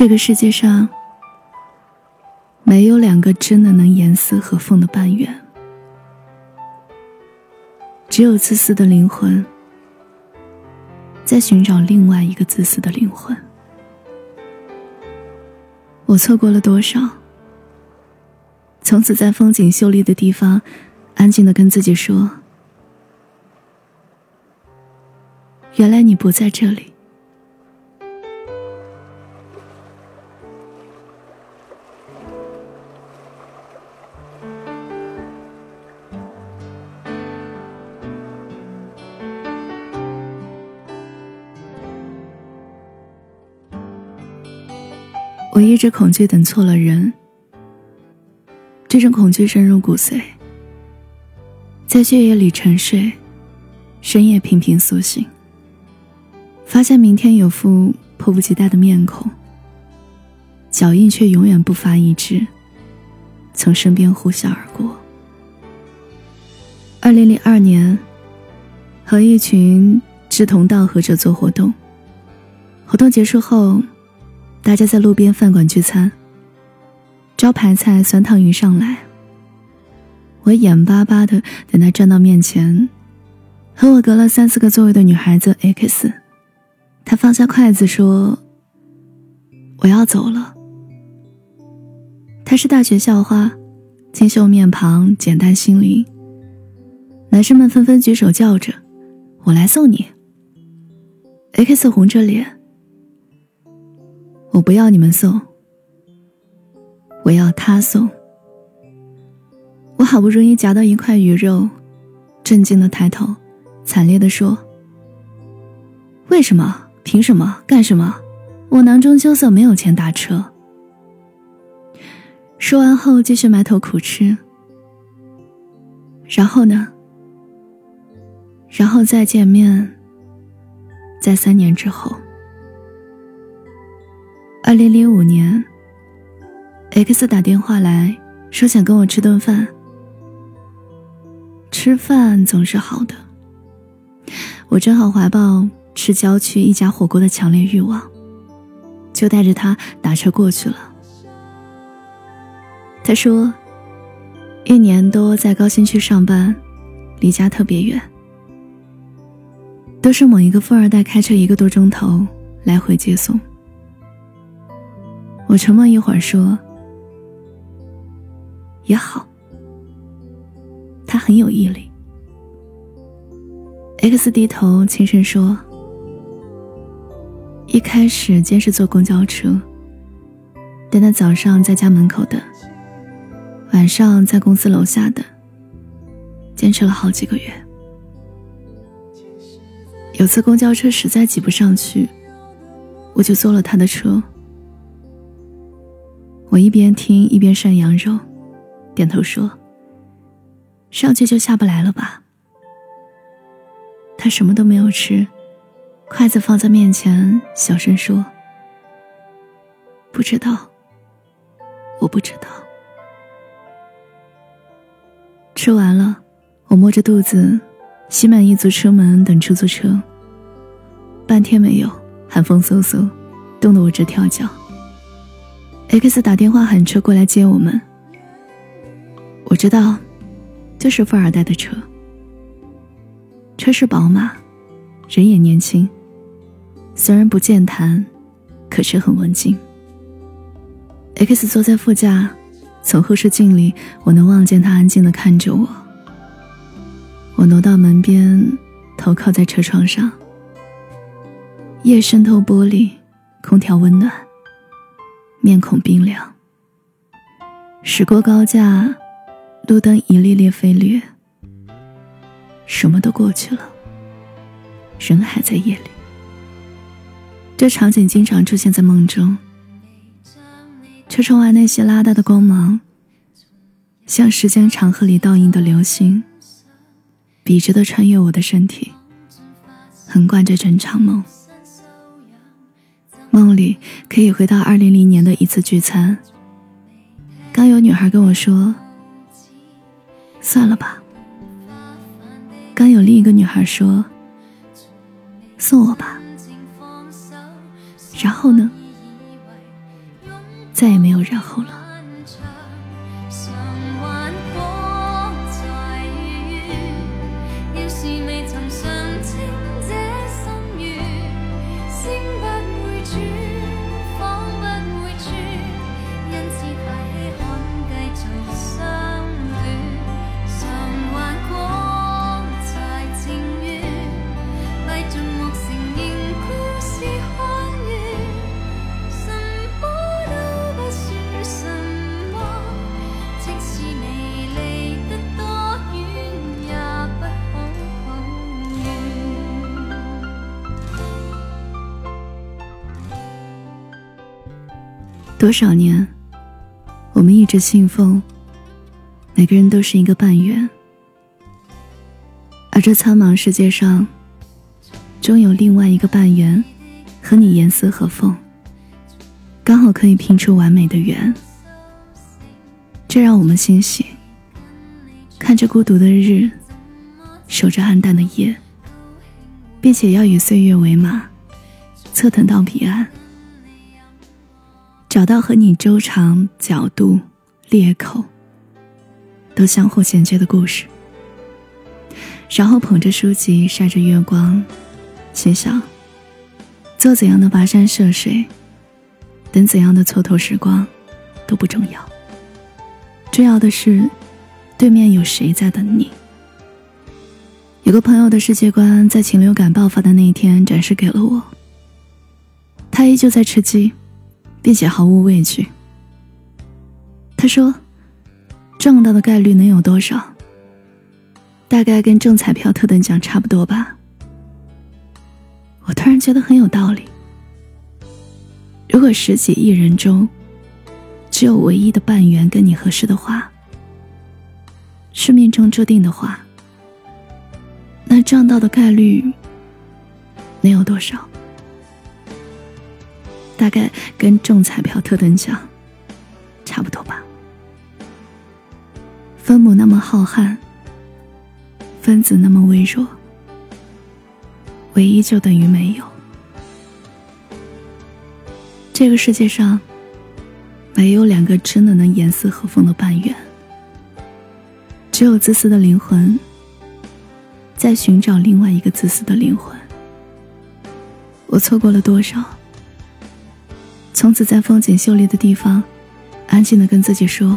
这个世界上没有两个真的能严丝合缝的半圆，只有自私的灵魂在寻找另外一个自私的灵魂。我错过了多少，从此在风景秀丽的地方安静地跟自己说，原来你不在这里。我一直恐惧等错了人，这种恐惧深入骨髓，在血液里沉睡，深夜频频苏醒，发现明天有副迫不及待的面孔，脚印却永远不发一致，从身边呼啸而过。2002年，和一群志同道合者做活动，活动结束后，大家在路边饭馆聚餐，招牌菜酸汤鱼上来，我眼巴巴地等他站到面前，和我隔了3-4个座位的女孩子 X， 她放下筷子说，我要走了。她是大学校花，清秀面庞，简单心灵，男生们纷纷举手叫着，我来送你。 X 红着脸，我不要你们送，我要他送。我好不容易夹到一块鱼肉，震惊地抬头，惨烈地说，为什么？凭什么？干什么？我囊中羞涩，没有钱打车。说完后继续埋头苦吃。然后呢？然后再见面，在3年之后。2005年 X 打电话来说想跟我吃顿饭。吃饭总是好的，我正好怀抱吃郊区一家火锅的强烈欲望，就带着他打车过去了。他说1年多在高新区上班，离家特别远，都是某一个富二代开车1个多钟头来回接送。我沉默一会儿说，也好。他很有毅力。 X 低头轻声说，一开始监视坐公交车，但他早上在家门口等，晚上在公司楼下等，坚持了好几个月。有次公交车实在挤不上去，我就坐了他的车。我一边听一边涮羊肉，点头说，上去就下不来了吧。他什么都没有吃，筷子放在面前，小声说，不知道，我不知道。吃完了，我摸着肚子心满意足出门等出租车，半天没有，寒风嗖嗖，冻得我直跳脚。X 打电话喊车过来接我们，我知道就是富二代的车，车是宝马，人也年轻，虽然不健谈，可是很文静。X 坐在副驾，从后视镜里我能望见他安静地看着我。我挪到门边，头靠在车窗上，夜渗透玻璃，空调温暖，面孔冰凉。驶过高架，路灯一列列飞掠，什么都过去了，人还在夜里。这场景经常出现在梦中，车窗外那些拉大的光芒，像时间长河里倒映的流星，笔直地穿越我的身体，横贯着整场梦。梦里可以回到2000年的一次聚餐，刚有女孩跟我说，算了吧。刚有另一个女孩说，送我吧。然后呢， 再也没有然后了。多少年，我们一直信奉每个人都是一个半圆，而这苍茫世界上终有另外一个半圆和你严丝合缝，刚好可以拼出完美的圆。这让我们欣喜，看着孤独的日，守着暗淡的夜，并且要与岁月为马，侧腾到彼岸，找到和你周长、角度、裂口都相互衔接的故事，然后捧着书籍，晒着月光，心想做怎样的跋山涉水，等怎样的蹉跎时光都不重要，重要的是对面有谁在等你。有个朋友的世界观在禽流感爆发的那一天展示给了我，他依旧在吃鸡，并且毫无畏惧。他说中到的概率能有多少？大概跟中彩票特等奖差不多吧。我突然觉得很有道理。如果10几亿人中只有唯一的半圆跟你合适的话，是命中注定的话，那撞到的概率能有多少？大概跟中彩票特等奖差不多吧。分母那么浩瀚，分子那么微弱，唯一就等于没有。这个世界上没有2个真的能严丝合缝的半圆，只有自私的灵魂在寻找另外一个自私的灵魂。我错过了多少？从此在风景秀丽的地方安静地跟自己说，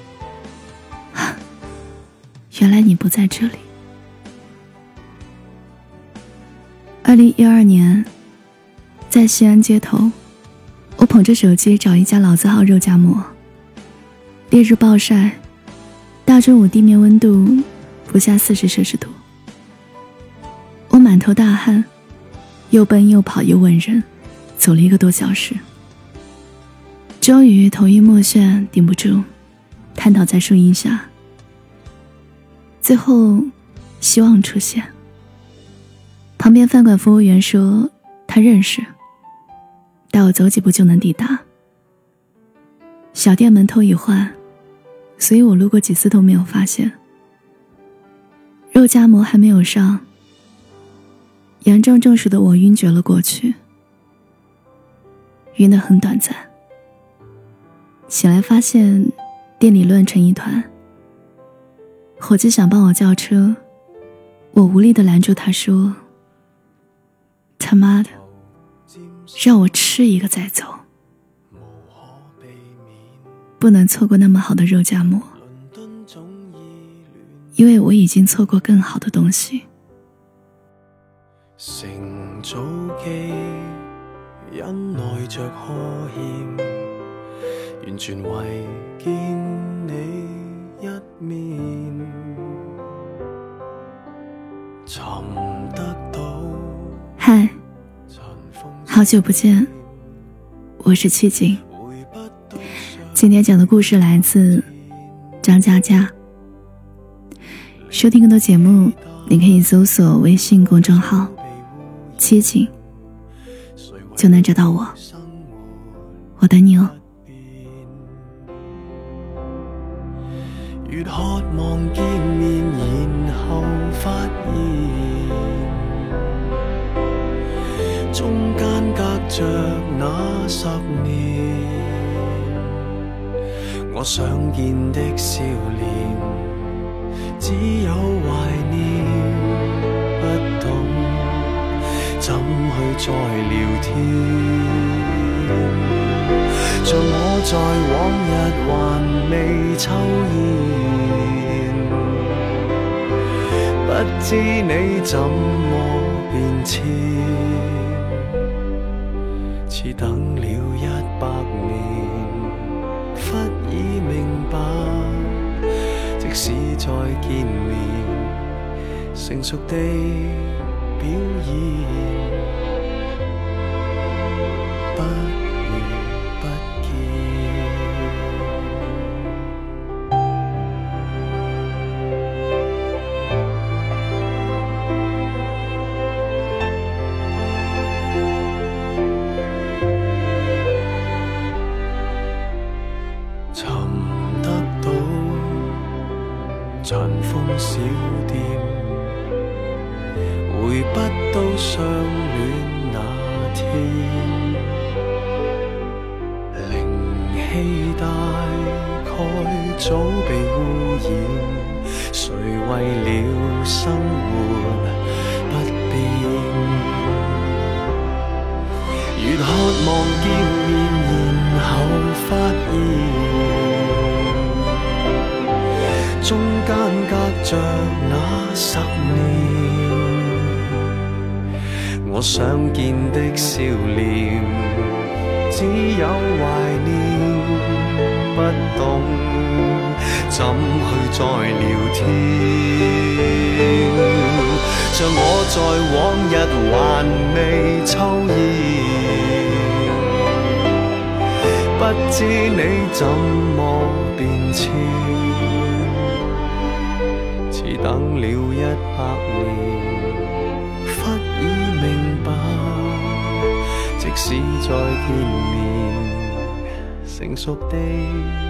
原来你不在这里。2012年，在西安街头，我捧着手机找一家老字号肉夹馍。烈日暴晒，大中午地面温度不下40摄氏度。我满头大汗，又奔又跑又问人，走了1个多小时。终于头晕目眩，顶不住，瘫倒在树荫下。最后希望出现，旁边饭馆服务员说他认识，带我走几步就能抵达。小店门头已换，所以我路过几次都没有发现。肉夹馍还没有上，严重中暑的我晕厥了过去，晕得很短暂。醒来发现店里乱成一团，伙计想帮我叫车，我无力地拦住他说，他妈的，让我吃一个再走，不能错过那么好的肉夹馍，因为我已經錯過更好的東西。 乘早機忍耐着呵欠，完全為見你一面，尋得到。 嗨，好久不見，我是七景。今天讲的故事来自张嘉佳。收听更多节目，你可以搜索微信公众号七景，就能找到我。我等你哦。 越渴望見面，然後發現中間隔着那10年。 我想見的笑臉，只有懷念，不懂怎去再聊天。像我在往日還未抽煙，不知你怎麼變遷，似等了100年，忽已明白，即使再見面，成熟地表現，不如不見。尋得到殘風小店，回不到相戀那天。靈氣大概早被污染，誰為了生活不變？越渴望見面，然後發現中間隔着那10年，我想見的笑臉，只有懷念，不懂怎去再聊天。像我在往日還未抽煙，不知你怎麼變遷，似等了100年，忽已明白，即使再見面，成熟地